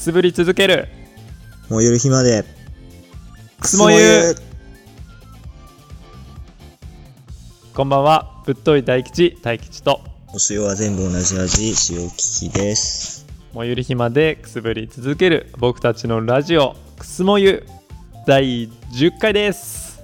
すぶり続ける燃ゆる日までくすもゆ。こんばんは。ぶっとい大吉とお塩は全部同じ味、塩利きです。 燃ゆる日までくすぶり続ける僕たちのラジオくすもゆ第10回です。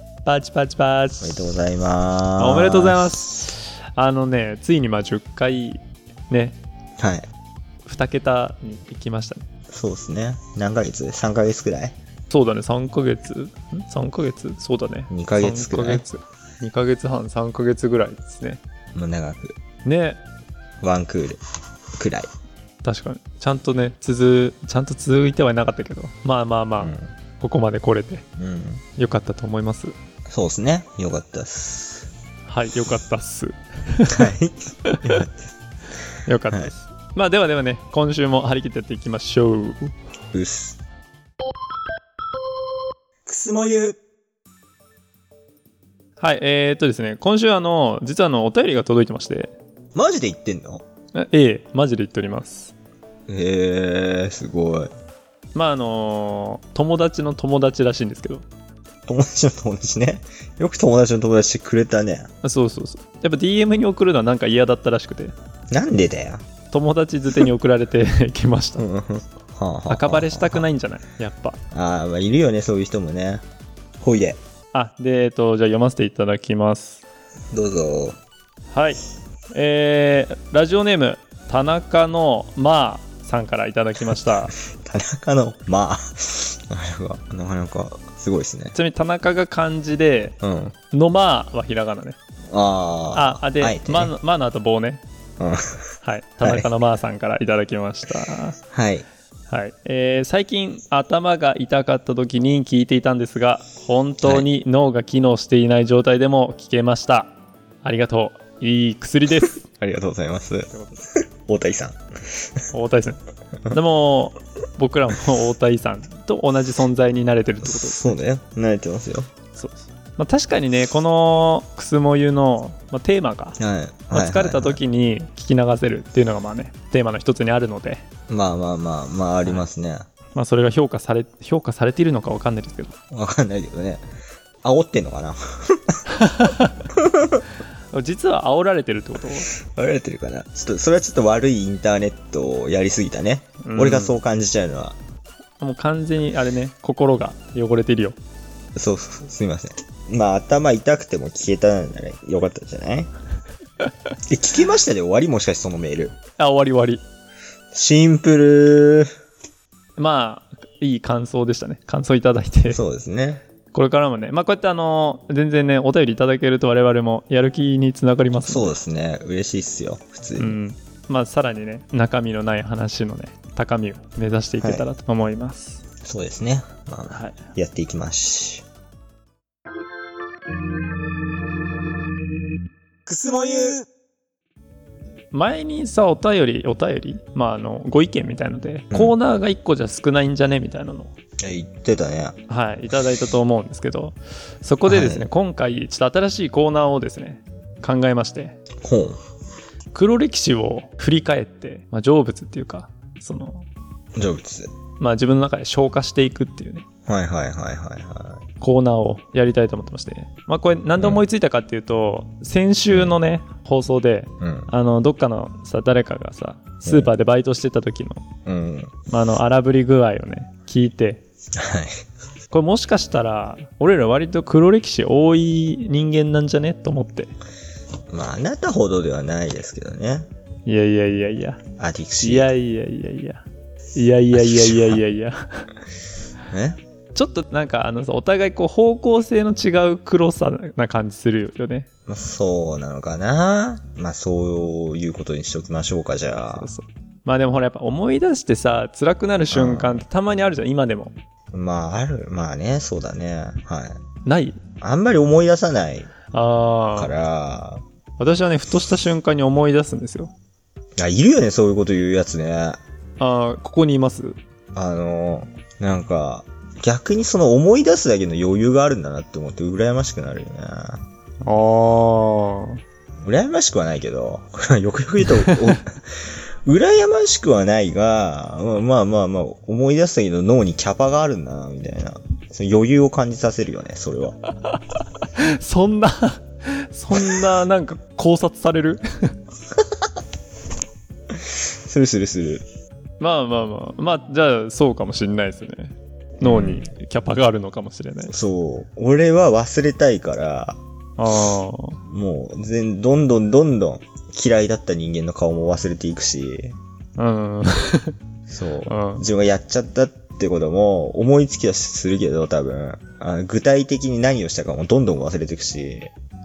パチパチパチ。 おめでとうございます。 おめでとうございます。ついに10回ね、 はい、 2桁に行きましたね。 そうですね。何ヶ月 ?3 ヶ月くらい。 そうだね、3ヶ月そうだね、 2ヶ月くらい。 2ヶ月半、3ヶ月ぐらいですね。 もう長くね。 ワンクールくらい。 確かにちゃんと続いてはいなかったけど、まあ、うん、ここまで来れてよかったと思います。 そうですね、よかったっす。 はい、よかったっす。 はいよかったです、はい、まあではね、今週も張り切ってやっていきましょう。 うっす。くすもゆ。 はい、ですね、今週実はお便りが届いてまして。 マジで言ってんの？ マジで言っております。 すごい。 まあ友達の友達らしいんですけど。 友達の友達ね。よく友達の友達してくれたね。 そう。やっぱ DM に送るのはなんか嫌だったらしくて。 なんでだよ。 友達づてに送られてきました。赤バレしたくないんじゃない？やっぱ。 まあいるよね、そういう人もね。ほいで。 でじゃあ読ませていただきます。 どうぞ。はい。 ラジオネーム田中のまあさんからいただきました。 田中のまあなかなかすごいですね。 ちなみに田中が漢字で、のまあはひらがなね。で、ね、まの後棒ね。はい、田中のまあさんからいただきました。 はい。 はい。最近頭が痛かった時に聞いていたんですが、本当に脳が機能していない状態でも聞けました。ありがとう。いい薬です。 ありがとうございます。大谷さん。 でも僕らも大谷さんと同じ存在になれてるってことです。 そうだよ。慣れてますよ。 そうです。確かにね、このくすもゆの、テーマが、疲れた時に聞き流せるっていうのがテーマの一つにあるので、 まあありますね。 それが評価されているのか分かんないですけど。 分かんないけどね。煽ってんのかな。 実は煽られてるってこと？ 煽られてるかな。それはちょっと悪いインターネットをやりすぎたね。俺がそう感じちゃうのは。もう完全にあれね、心が汚れてるよ。 そう、すみません。頭痛くても聞けたんならよかったんじゃない？聞けましたで終わり？もしかしてそのメール。 終わり。シンプル。 いい感想でしたね。感想いただいて。 そうですね。 これからもね、こうやって全然ね、お便りいただけると我々もやる気につながります。 そうですね。嬉しいっすよ、普通に。 さらにね、中身のない話のね、高みを目指していけたらと思います。 はい、そうですね。やっていきましょう。くすもゆ。前にさ、お便り、ご意見みたいので、コーナーが1個じゃ少ないんじゃねみたいなの言ってたね。 はい、いただいたと思うんですけど、そこでですね、今回ちょっと新しいコーナーをですね、考えまして、黒歴史を振り返って、成仏っていうか、成仏、自分の中で消化していくっていうね、コーナーをやりたいと思ってまして、これなんで思いついたかっていうと、先週のね、放送で、どっかのさ、誰かがさ、スーパーでバイトしてた時の、荒ぶり具合をね、聞いて、これもしかしたら俺ら割と黒歴史多い人間なんじゃねと思って。 あなたほどではないですけどね。 いやアディクシー。 いやちょっとなんかお互い方向性の違う黒さな感じするよね。 そうなのかな。そういうことにしときましょうか、じゃあ。 そうでもほらやっぱ思い出してさ、辛くなる瞬間ってたまにあるじゃん、今でも。 ある。ね、そうだね。はい。 ない？ あんまり思い出さないから。 私はね、ふとした瞬間に思い出すんですよ。 いるよね、そういうこと言うやつね。 ここにいます？ なんか、逆にその思い出すだけの余裕があるんだなって思って羨ましくなるよね。羨ましくはないけど、よくよく言うと、 羨ましくはないが、まあ思い出したけど脳にキャパがあるんだな、みたいな。その余裕を感じさせるよね、それは。 そんななんか考察されるする。 まあ、じゃあそうかもしれないですね。脳にキャパがあるのかもしれない。 そう。俺は忘れたいから、もうどんどん嫌いだった人間の顔も忘れていくし、そう、自分がやっちゃったってことも思いつきはするけど、多分具体的に何をしたかもどんどん忘れていくし、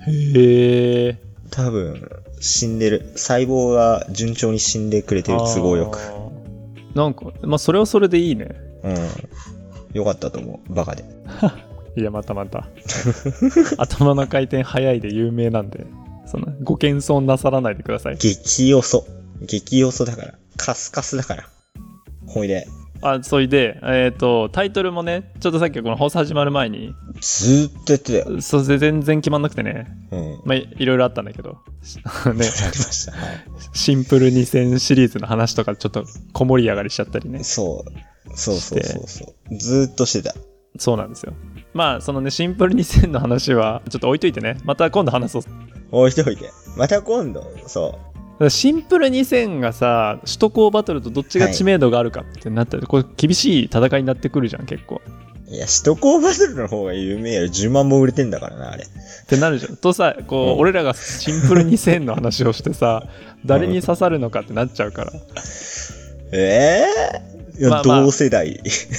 多分死んでる、細胞が順調に死んでくれてる、都合よく。 なんかまあそれはそれでいいね。 よかったと思う、バカで。 いや、また頭の回転早いで有名なんで、そんなご謙遜なさらないでください。 激よそだから、カスカスだから。ほいで、 それでタイトルもね、ちょっとさっきこの放送始まる前にずーっとやってたよ。 そうで全然決まんなくてね、まあいろいろあったんだけどね、 ありました、はい、 シンプル2000シリーズの話とかちょっと小盛り上がりしちゃったりね。 そうずーっとしてた。 そうなんですよ。まあそのね、シンプル2000の話はちょっと置いといてね、また今度話そう。 置いといて、また今度。そうシンプル2000がさ、首都高バトルとどっちが知名度があるかってなったら、これ厳しい戦いになってくるじゃん、結構。 いや、首都高バトルの方が有名やろ。10万本売れてんだからな、あれ。ってなるじゃん。とさ、こう、俺らがシンプル2000の話をしてさ、誰に刺さるのかってなっちゃうから。 いや、同世代。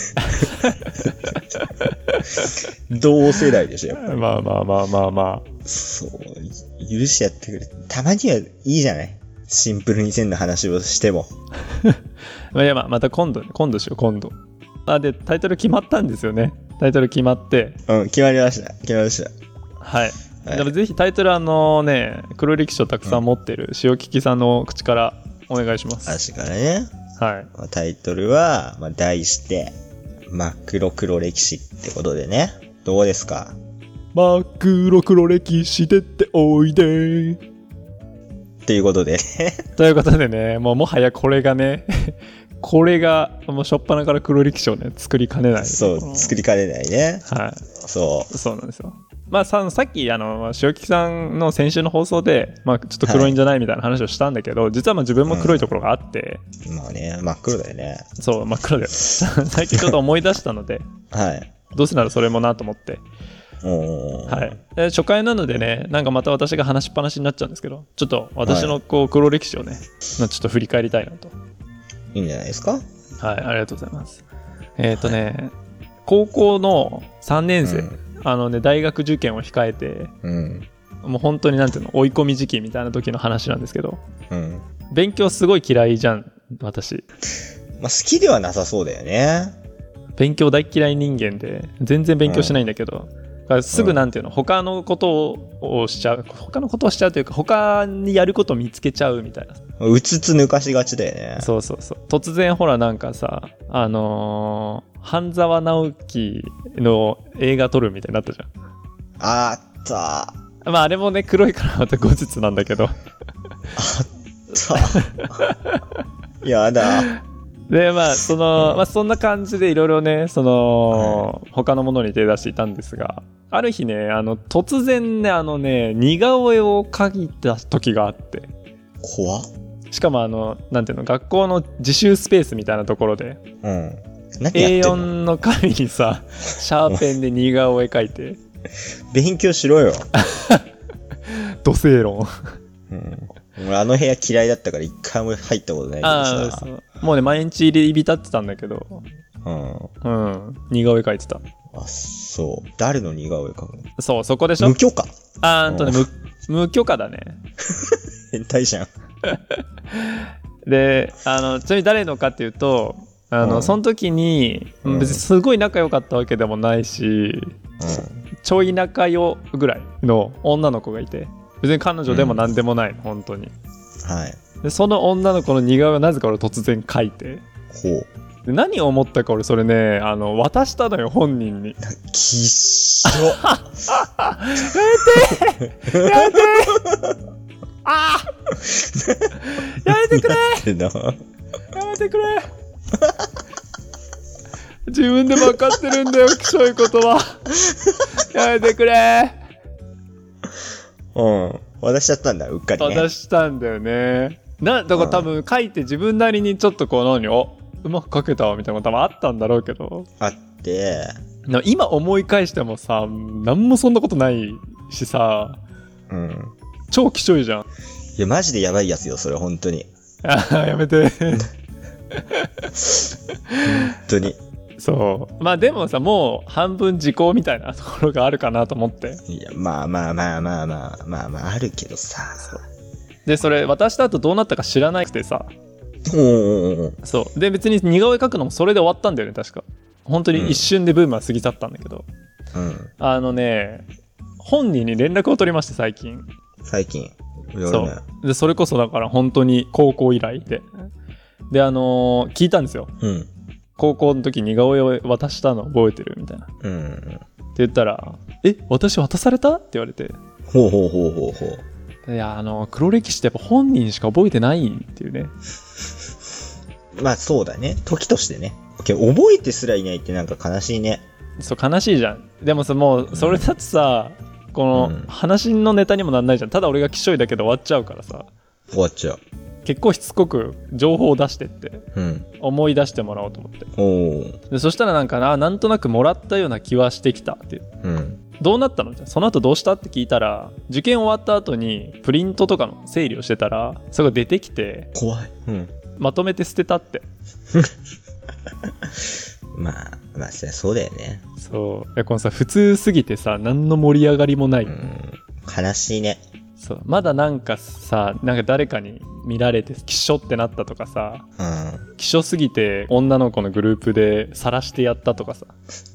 同世代でしょ、やっぱり。まあ。 そう、許しやってくれ。たまにはいいじゃない。シンプル2000の話をしても。 いや、また今度しよう、今度。で、タイトル決まったんですよね。タイトル決まって。 決まりました。 はい。でもぜひタイトル黒歴史をたくさん持ってる塩利きさんの口からお願いします。 私からね。 はい。 タイトルは、題して、真っ黒黒歴史ってことでね。どうですか？ 真っ黒黒歴史出ておいでっていうことでね。 ということでね、もはやこれがね、これがもう初っ端から黒歴史をね、作りかねない。 そう、作りかねないね。 はい。 そうなんですよ。さっき塩利きさんの先週の放送で、ちょっと黒いんじゃないみたいな話をしたんだけど、実は自分も黒いところがあって、 まあね、真っ黒だよね。 そう、真っ黒だよ。最近ちょっと思い出したので、 はい。 どうせならそれもなと思って、はい。初回なのでね、なんかまた私が話しっぱなしになっちゃうんですけど、ちょっと私の黒歴史をね、ちょっと振り返りたいなと。 いいんじゃないですか？ はい、ありがとうございます。高校の3年生、大学受験を控えて、もう本当に追い込み時期みたいな時の話なんですけど、勉強すごい嫌いじゃん、私。 好きではなさそうだよね。 勉強大嫌い人間で、全然勉強しないんだけど、すぐ他のことをしちゃうというか、他にやることを見つけちゃうみたいな。 うつつ抜かしがちだよね。 そう。突然ほらなんかさ、半沢直樹の映画撮るみたいになったじゃん。 あった。 あれもね、黒いからまた後日なんだけど。あった。やだ。で、そんな感じでいろいろね、他のものに手出していたんですが、ある日ね、突然ね、似顔絵を描いた時があって。 怖っ。 しかも学校の自習スペースみたいなところで、A4 の紙にさ、シャーペンで似顔絵描いて。 勉強しろよ。 土星論。 俺部屋嫌いだったから一回も入ったことないけどさ。 もうね、毎日入り浸ってたんだけど、似顔絵描いてた。 そう。誰の似顔絵描くの？ そう、そこでしょ？ 無許可。 無許可だね。 変態じゃん。 で、ちなみに誰のかっていうと、その時に、別にすごい仲良かったわけでもないし、ちょい仲良ぐらいの女の子がいて、別に彼女でも何でもない、本当に。 はい。 で、その女の子の似顔絵をなぜか俺突然描いて。で、何を思ったか俺それね、渡したのよ、本人に。 きっしょ。 やめてやめてくれやめてくれ自分で分かってるんだよ、きしょいことは。やめてくれ。 うん。渡しちゃったんだ、うっかりね。 渡したんだよね。だから多分書いて自分なりにちょっとこううまく書けたわみたいなこと多分あったんだろうけど。 あって。 今思い返してもさ、なんもそんなことないしさ。 うん。 超きしょいじゃん。 いや、マジでやばいやつよ、それ、本当に。 やめて。 本当に。 そう。まあでもさ、もう半分時効みたいなところがあるかなと思って。 いや、まあ、あるけどさ。 で、それ渡した後どうなったか知らなくてさ。そう。で、別に似顔絵描くのもそれで終わったんだよね、確か。本当に一瞬でブームは過ぎ去ったんだけど。 うん。 本人に連絡を取りまして、最近。 そう。 で、それこそだから本当に高校以来で。で、聞いたんですよ。 うん。 高校の時似顔絵を渡したの覚えてるみたいな。 うん。 って言ったら、私渡されたって言われて。 ほう。 いや、黒歴史ってやっぱ本人しか覚えてないっていうね。 まあそうだね。時としてね。覚えてすらいないってなんか悲しいね。 そう、悲しいじゃん。でもさ、もう、それだってさ、この話のネタにもなんないじゃん。ただ俺がきしょいだけで終わっちゃうからさ。 終わっちゃう。 結構しつこく情報を出してって、思い出してもらおうと思って。でそしたらなんとなくもらったような気はしてきたっていう。どうなったの？その後どうしたって聞いたら、受験終わった後にプリントとかの整理をしてたら、それが出てきて、 怖い。 まとめて捨てたって。 まあそうだよね。 そう。このさ、普通すぎてさ、何の盛り上がりもない。 悲しいね。 そう。まだなんか誰かに見られてきしょってなったとかさ、きしょすぎて女の子のグループで晒してやったとかさ、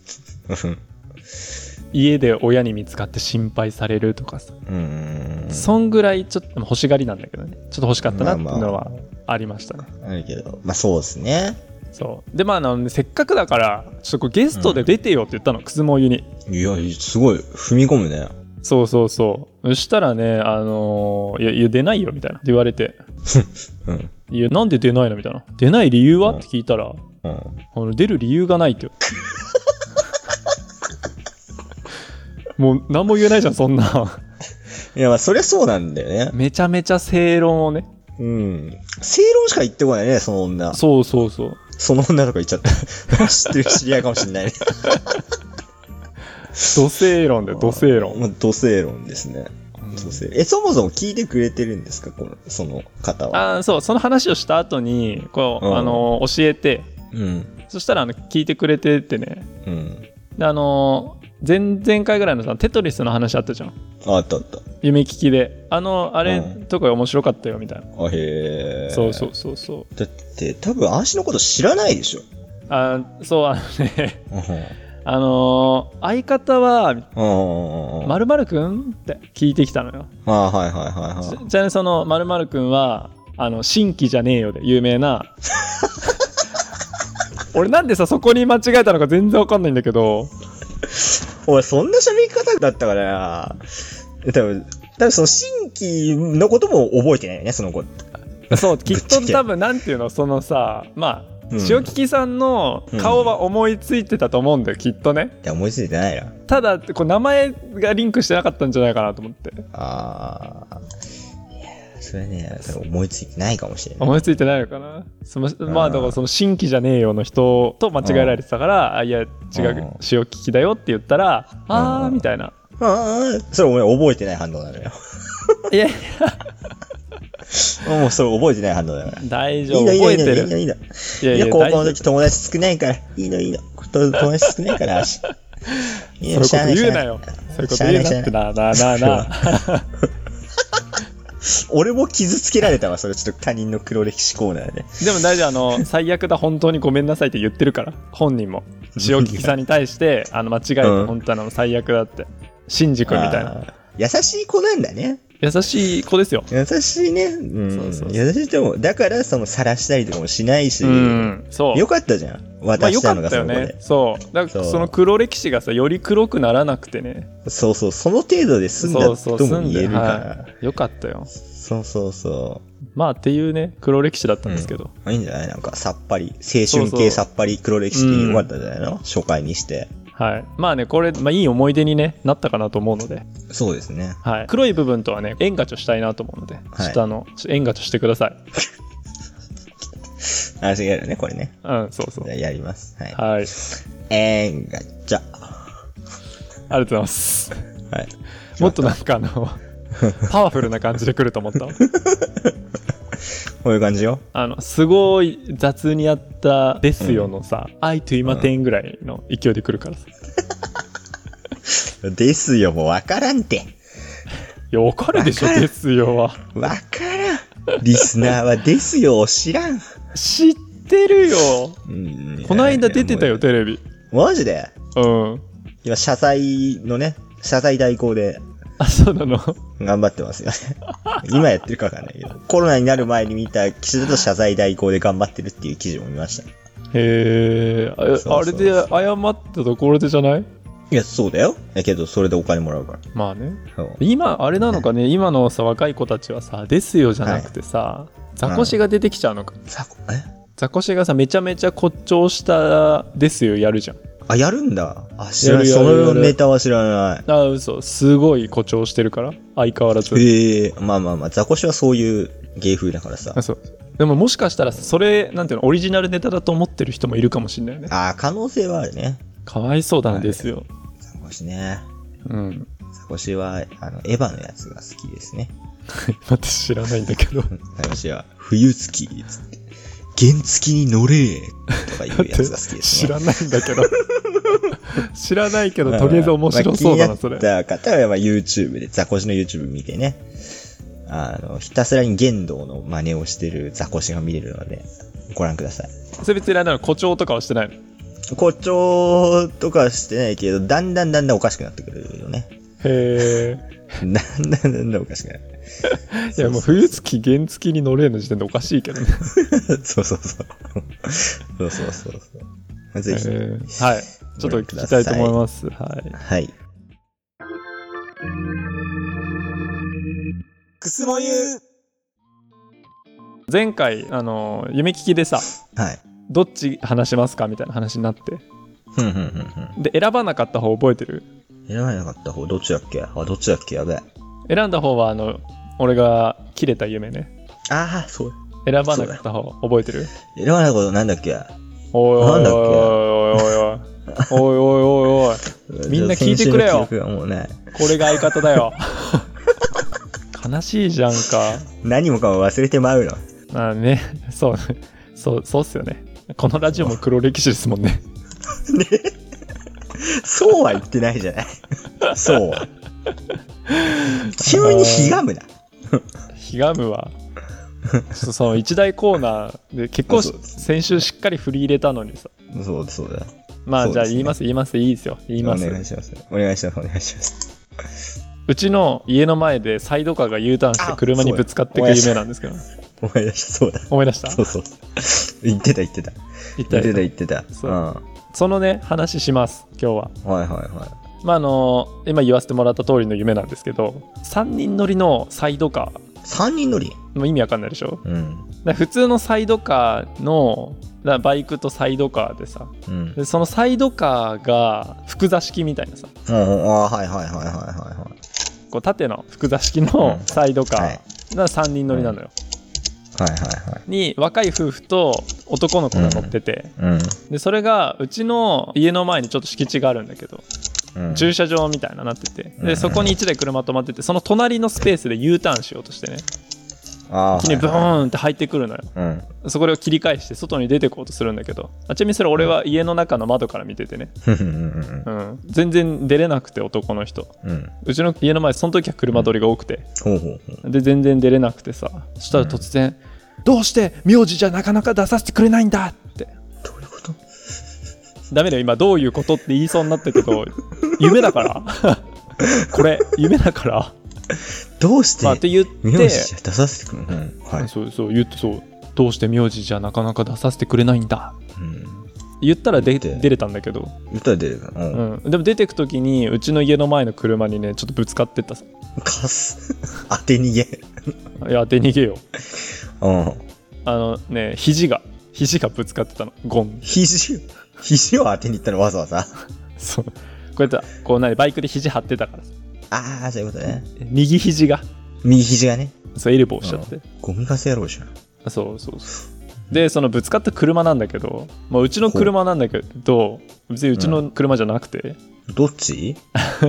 家で親に見つかって心配されるとかさ、そんぐらいちょっと欲しがりなんだけどね、ちょっと欲しかったなっていうのはありましたね。 あるけど、まあそうですね。 そうで、せっかくだからちょっとゲストで出てよって言ったの、くすもゆに。 いや、すごい踏み込むね。 そう。そしたらね、いや出ないよみたいなって言われて、いや、なんで出ないのみたいな。出ない理由はって聞いたら、出る理由がないって。もう何も言えないじゃん、そんな。 いや、まあそりゃそうなんだよね。 めちゃめちゃ正論をね。 正論しか言ってこないね、その女。 そう。 その女とか言っちゃった。知ってる知り合いかもしれないね。 土正論で土正論。 土正論ですね。そもそも聞いてくれてるんですか、その方は。 そう、その話をした後に教えて、そしたら聞いてくれててね。で前々回ぐらいのさ、テトリスの話あったじゃん。 あった。 夢聞きで。あれとか面白かったよみたいな。 へー。 そう。 だって多分あんしのこと知らないでしょ。 そう相方は〇〇くんって聞いてきたのよ。 はい。 じゃあね、その〇〇くんは新規じゃねえよで有名な。俺なんでさそこに間違えたのか全然わかんないんだけど。 俺そんな喋り方だったから多分その新規のことも覚えてないよね、その子。 そう、きっと多分なんていうの、そのさ、まあ塩利きさんの顔は思いついてたと思うんだよ、きっとね。 いや、思いついてないな。 ただ名前がリンクしてなかったんじゃないかなと思って。 いやそれね、思いついてないかもしれない。 思いついてないのかな。まあだからその新規じゃねえよの人と間違えられてたから、いや違う、塩利きだよって言ったら、みたいな。 それお前覚えてない反応なのよ。 いやもうそれ覚えてない反応だから。 大丈夫、覚えてる。 いいの。いや、高校の時友達少ないから。いいの。友達少ないから。そういうこと言うなよ。そういうこと言うなってな。 俺も傷つけられたわ、それちょっと他人の黒歴史コーナーで。 でも大丈夫、最悪だ、本当にごめんなさいって言ってるから。本人も。塩利きさんに対して、間違えて本当の最悪だって。シンジ君みたいな。 優しい子なんだね。 優しい子ですよ。 優しいね。優しいと思う。だから、晒したりとかもしないし。 そう。 よかったじゃん。 渡したのがそこで、まあ、よかったよね。そうだからその黒歴史がさより黒くならなくてね。 そうそう、その程度で済んだとも言えるから、はい、 よかったよ。 そうそうそう。 まあっていうね黒歴史だったんですけど、 いいんじゃない？なんかさっぱり青春系さっぱり黒歴史でよかったんじゃないの？初回にして。 はい。まあね、これ、まあいい思い出に、ね、なったかなと思うので。 そうですね。 はい。黒い部分とはね、円ガチョしたいなと思うので、はい、下の、円ガチョしてください。 あ、違うよね、これね。 うん、そうそう。 じゃあやります。はい。 はい。 円ガチャ。 ありがとうございます。 はい。 もっとなんかパワフルな感じで来ると思った。 こういう感じよ。 すごい雑にやったですよのさ、愛と今点ぐらいの勢いで来るからさ。 ですよもうわからんて。いや、わかるでしょ、ですよは。 わからん。リスナーはですよを知らん。 知ってるよ。この間出てたよ、テレビ。 マジで？ うん。 今、謝罪代行で。 あ、そうなの？ 頑張ってますよね。今やってるかわかんないけど。コロナになる前に見た記事だと謝罪代行で頑張ってるっていう記事も見ました。 へー。あれで謝ったところでじゃない？ いや、そうだよ。やけど、それでお金もらうから。 まあね。今、あれなのかね、今のさ、若い子たちはさ、ですよじゃなくてさ、ザコシが出てきちゃうのか。ザコシがさ、めちゃめちゃ誇張したですよやるじゃん。あ、 やるんだ。あ、知らない。そのネタは知らない。 あ、嘘。すごい誇張してるから。相変わらず。 まあまあまあ、ザコシはそういう芸風だからさ。 そう。でももしかしたら、それ、なんていうの、オリジナルネタだと思ってる人もいるかもしれないよね。 あ、可能性はあるね。 かわいそうだね、ですよ。 ザコシね。 うん。 ザコシは、エヴァのやつが好きですね。 待って、知らないんだけど。 ザコシは、冬月、つって。原付に乗れとかいうやつが好きですね。 知らないんだけど。知らないけど、とりあえず面白そうだな、それ。 気になった方は、YouTube で、ザコシの YouTube 見てね。ひたすらに言動の真似をしてるザコシが見れるので、ご覧ください。 それ別に誇張とかはしてないの？ 誇張とかはしてないけど、だんだんおかしくなってくるよね。 へー。だんだんおかしくなる。 いやもう冬月原付に乗れの時点でおかしいけどね。 そう。そう。ぜひ、 はい。ちょっと聞きたいと思います。はい。 はい。くすもゆ前回夢聞きでさ、 はい。 どっち話しますかみたいな話になって。で選ばなかった方覚えてる？ 選ばなかった方どっちだっけ？どっちだっけ？やべえ。 選んだ方は俺が切れた夢ね。 ああ、そう。 選ばなかった方覚えてる？ 選ばないことなんだっけ？ おいみんな聞いてくれよ。 もうね、 これが相方だよ。悲しいじゃんか。 何もかも忘れてまうの。 まあね、そうっすよね。このラジオも黒歴史ですもんね。 ね、そうは言ってないじゃない。そうは。急にひがむな。 ひがむわ。その一大コーナーで結構先週しっかり振り入れたのにさ。 そうだ。 まあじゃあ言いますいいですよ。言います。 お願いします。 うちの家の前でサイドカーが U ターンして車にぶつかっていく夢なんですけど。 思い出した。そうだ。 思い出した？ そう。言ってた。 そのね話します今日は。 はい。 まあ今言わせてもらった通りの夢なんですけど、3人乗りのサイドカー。 3人乗り？ もう意味わかんないでしょ？ うん。 普通のサイドカーのバイクとサイドカーでさ、でそのサイドカーが複座式みたいなさ。 はい。 こう縦の複座式のサイドカーが3人乗りなのよ。に若い夫婦と男の子が乗ってて、でそれがうちの家の前にちょっと敷地があるんだけど、駐車場みたいなってて、でそこに1台車止まってて、その隣のスペースで U ターンしようとしてね、一気にブーンって入ってくるのよ。そこを切り返して外に出てこうとするんだけど、ちなみにそれ俺は家の中の窓から見ててね、全然出れなくて男の人、うちの家の前その時は車通りが多くて、で全然出れなくてさ、そしたら突然、どうして名字じゃなかなか出させてくれないんだって。 どういうこと？ ダメだよ今どういうことって言いそうになったけど夢だからこれ夢だからどうしてって言って名字じゃ出させてくれない、 そう言って、そうどうして名字じゃなかなか出させてくれないんだ、 言ったら出れたんだけど。 言ったら出れた。 うん。でも出てくときに、うちの家の前の車にね、ちょっとぶつかってったさ。 当て逃げ。 いや、当て逃げよ。 うん。 肘がぶつかってたの。ゴン。 肘を当てに行ったのわざわざ。 そう。こうやって、こうバイクで肘張ってたからさ。 ああ、そういうことね。 右肘がね。そう、エルボーしちゃって。 ゴミかせ野郎じゃん。 そう。で、そのぶつかった車なんだけど、まあ、うちの車なんだけど、別にうちの車じゃなくて。 どっち？ い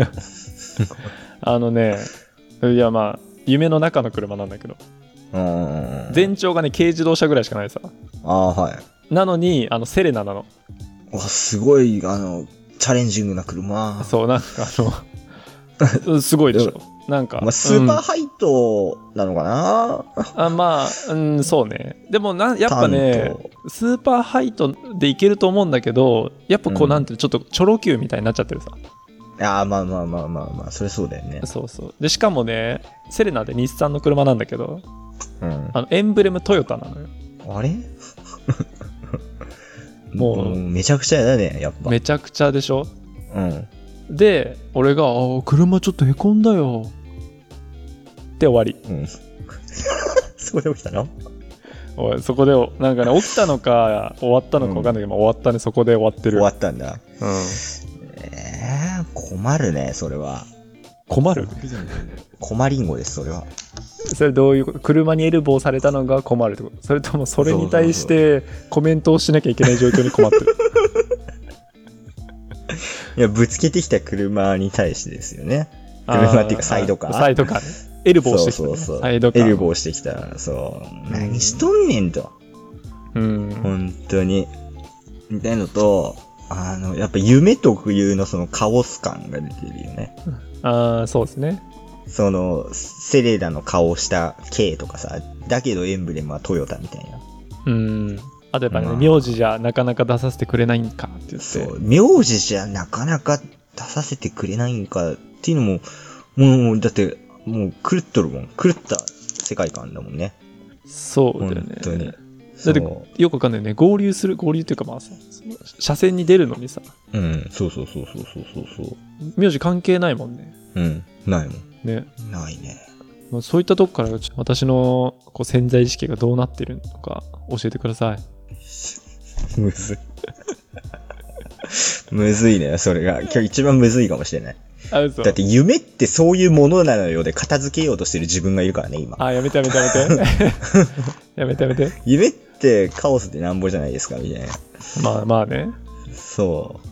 やまあ、夢の中の車なんだけど。全長がね、軽自動車ぐらいしかないさ。 ああ、はい。 なのに、セレナなの。 わ、すごい、チャレンジングな車。 そう、なんかすごいでしょ。なんか。 まあ、スーパーハイトなのかな、 まあ、そうね。でもやっぱね、スーパーハイトでいけると思うんだけど、やっぱこう、なんていうちょっとチョロ Q みたいになっちゃってるさ。 ああ、まあ、それそうだよね。 そう。で、しかもね、セレナで日産の車なんだけど、エンブレムトヨタなのよ。 あれもう、めちゃくちゃだね、やっぱ。 めちゃくちゃでしょ？で、俺が、車ちょっとへこんだよ。で終わり。 そこで起きたの？ そこで、なんかね、起きたのか、終わったのか分かんないけど、終わったね、そこで終わってる。 終わったんだ。困るね、それは。 困る？ 困りんごです、それは。 それどういうこと？車にエルボーされたのが困るってこと？それともそれに対してコメントをしなきゃいけない状況に困ってる？ いや、ぶつけてきた車に対してですよね。車っていうかサイドカー。 サイドカーね。エルボーしてきた、ね。 そう。 サイドカー。 エルボーしてきた。そう。何しとんねんと。本当に。みたいのと、やっぱ夢特有のそのカオス感が出てるよね。 そうですね。 その、セレナの顔したK とかさ、だけどエンブレムはトヨタみたいな。 あとやっぱね、名字じゃなかなか出させてくれないんかって言って。 そう、名字じゃなかなか出させてくれないんかっていうのも、もう、だって、もう狂っとるもん。狂った世界観だもんね。 そうだよね。 本当に。 だってよくわかんないよね。合流っていうかまあさ、車線に出るのにさ。 そう。 名字関係ないもんね。 ないもん。 ね。 ないね。 そういったとこから私のこう潜在意識がどうなってるのか教えてください。 むずい。むずいね、それが。今日一番むずいかもしれない。だって夢ってそういうものなのよで片付けようとしてる自分がいるからね、今。 やめて。やめて。 夢ってカオスでなんぼじゃないですか、みたいな。 まあね。 そう。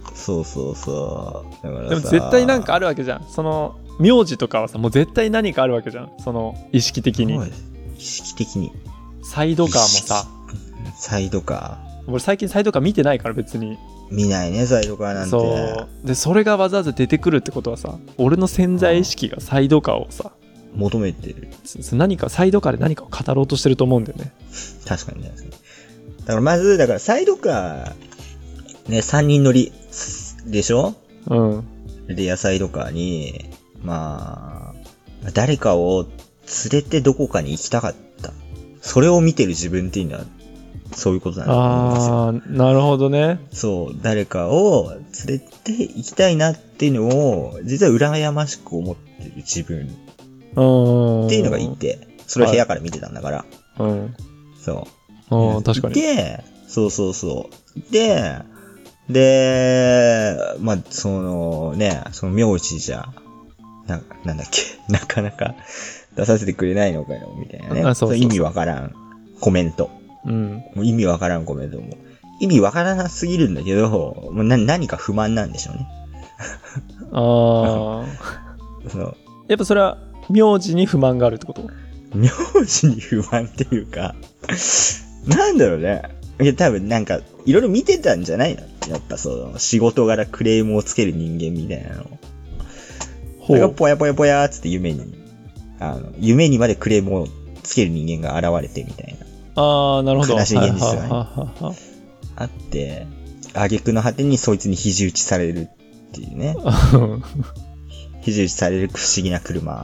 だからさ。 でも絶対なんかあるわけじゃん。その、名字とかはさ、もう絶対何かあるわけじゃん。その、意識的に。 意識的に。 サイドカーもさ。 サイドカー。俺最近サイドカー見てないから別に。 見ないね、サイドカーなんて。 そう。で、それがわざわざ出てくるってことはさ、俺の潜在意識がサイドカーをさ、 求めてる。 何か、サイドカーで何かを語ろうとしてると思うんだよね。 確かにね。だからまず、サイドカー、ね、3人乗りでしょ？レアサイドカーに、まあ、誰かを連れてどこかに行きたかった。それを見てる自分っていうのは、そういうことなんだと思いますよ。 なるほどね。 そう、誰かを連れて行きたいなっていうのを、実は羨ましく思ってる自分っていうのがいて、それを部屋から見てたんだから。そう。 確かに。 で、そう。まあ、その名字じゃ、なんだっけ、なかなか出させてくれないのかよ、みたいなね。そう意味わからんコメント。もう意味わからんコメントも。意味わからなすぎるんだけど、もう何か不満なんでしょうね。 そう。やっぱそれは、名字に不満があるってこと？ 名字に不満っていうか、なんだろうね。いや、多分なんか、いろいろ見てたんじゃないの？やっぱ仕事柄クレームをつける人間みたいなの。それがぽやぽやぽやーつって夢にまでクレームをつける人間が現れてみたいな。 なるほど。 悲しい現実がね。あって、挙句の果てにそいつに肘打ちされるっていうね。肘打ちされる不思議な車。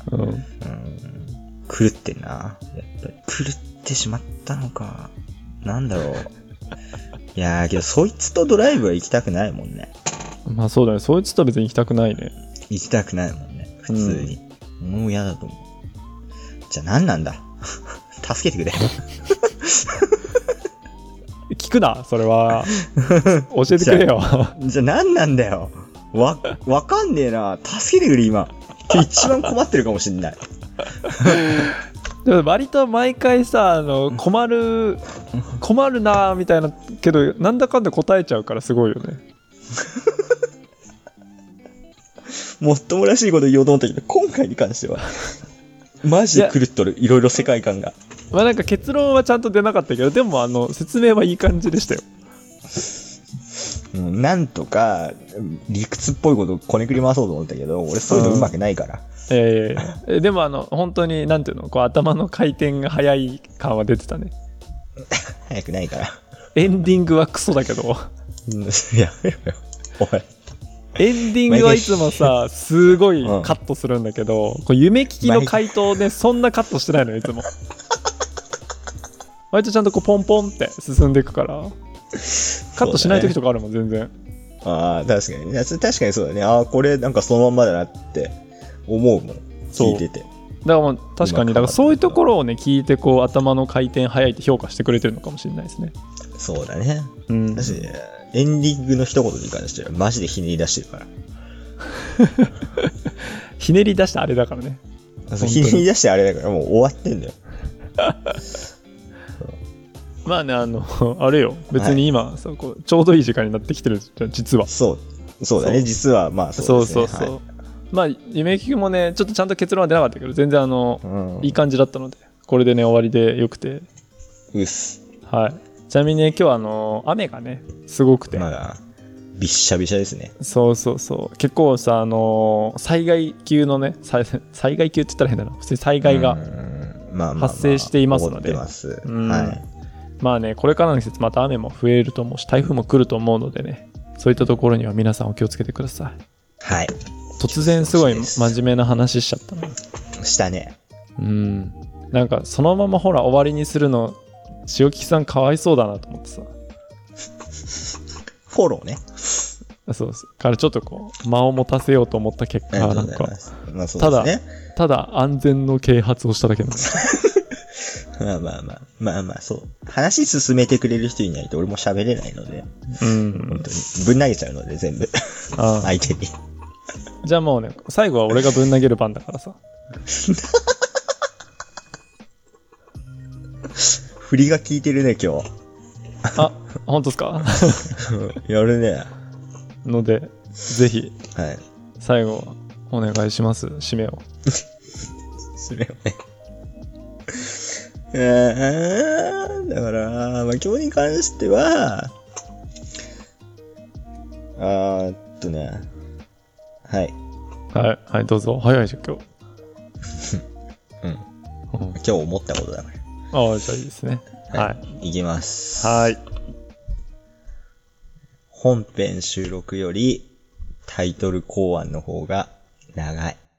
狂ってんな。やっぱり狂ってしまったのか。なんだろう。 いやーけどそいつとドライブは行きたくないもんね。 まあそうだね。そいつとは別に行きたくないね。 行きたくないもんね。普通に。もう嫌だと思う。じゃあ何なんだ助けてくれ。 聞くな、それは。教えてくれよ。 じゃあ何なんだよ。わかんねえな。助けてくれ、今。一番困ってるかもしんない。 でも割と毎回さ、困るなみたいなけど、なんだかんだ答えちゃうからすごいよね。 もっともらしいこと言おうと思ったけど、今回に関してはマジで狂っとる。いろいろ世界観が。 まあなんか結論はちゃんと出なかったけど、でも説明はいい感じでしたよ。 なんとか理屈っぽいことをこねくり回そうと思ったけど、俺そういうのうまくないから。 でも本当になんていうの、こう頭の回転が早い感は出てたね。 早くないから。 エンディングはクソだけど。 やめろよ。おい。 エンディングはいつもさ、すごいカットするんだけど、こう夢聞きの回答ね、そんなカットしてないのよ、いつも。割とちゃんとこうポンポンって進んでいくから、カットしない時とかあるもん、全然。 ああ、確かにね。確かにそうだね。ああ、これなんかそのまんまだなって思うもん。聞いてて。 だからもう確かに、だからそういうところをね、聞いてこう頭の回転早いって評価してくれてるのかもしれないですね。 そうだね。 うん。 私、エンディングの一言に関してはマジでひねり出してるから。 ひねり出したあれだからね。 ひねり出してあれだからもう終わってんだよ。 まあね、あれよ。別に今、そうこうちょうどいい時間になってきてるじゃん、実は。 そうだね。実は、まあそうですね。 そう。まあ、夢聞きもね、ちょっとちゃんと結論は出なかったけど、全然いい感じだったので、これでね、終わりでよくて。はい。ちなみにね、今日は雨がね、すごくて。 まだ、びっしゃびしゃですね。 そう。結構さ、災害級のね、災害級って言ったら変だな。普通に災害が発生していますので。 はい。 まあね、これからの季節また雨も増えると思うし、台風も来ると思うのでね、そういったところには皆さんお気をつけてください。 はい。 突然すごい真面目な話しちゃったな。 したね。 なんかそのままほら終わりにするの、塩木さんかわいそうだなと思ってさ。 フォローね。 そうからちょっとこう間を持たせようと思った結果、なんか、 まあそうですね、 ただ安全の啓発をしただけなんです。 まあそう。話進めてくれる人いないと俺も喋れないので、本当にぶん投げちゃうので全部相手に。 じゃあもうね、最後は俺がぶん投げる番だからさ。 振りが効いてるね今日。 あ、本当ですか？ やるね。 のでぜひ、 はい、 最後お願いします。締めを。 締めをね。だから、まあ、今日に関しては、ね。 はい、どうぞ。早いじゃん、今日。 今日思ったことだから。 ああ、じゃあいいですね。はい。 いきます。 はい。 本編収録よりタイトル考案の方が長い。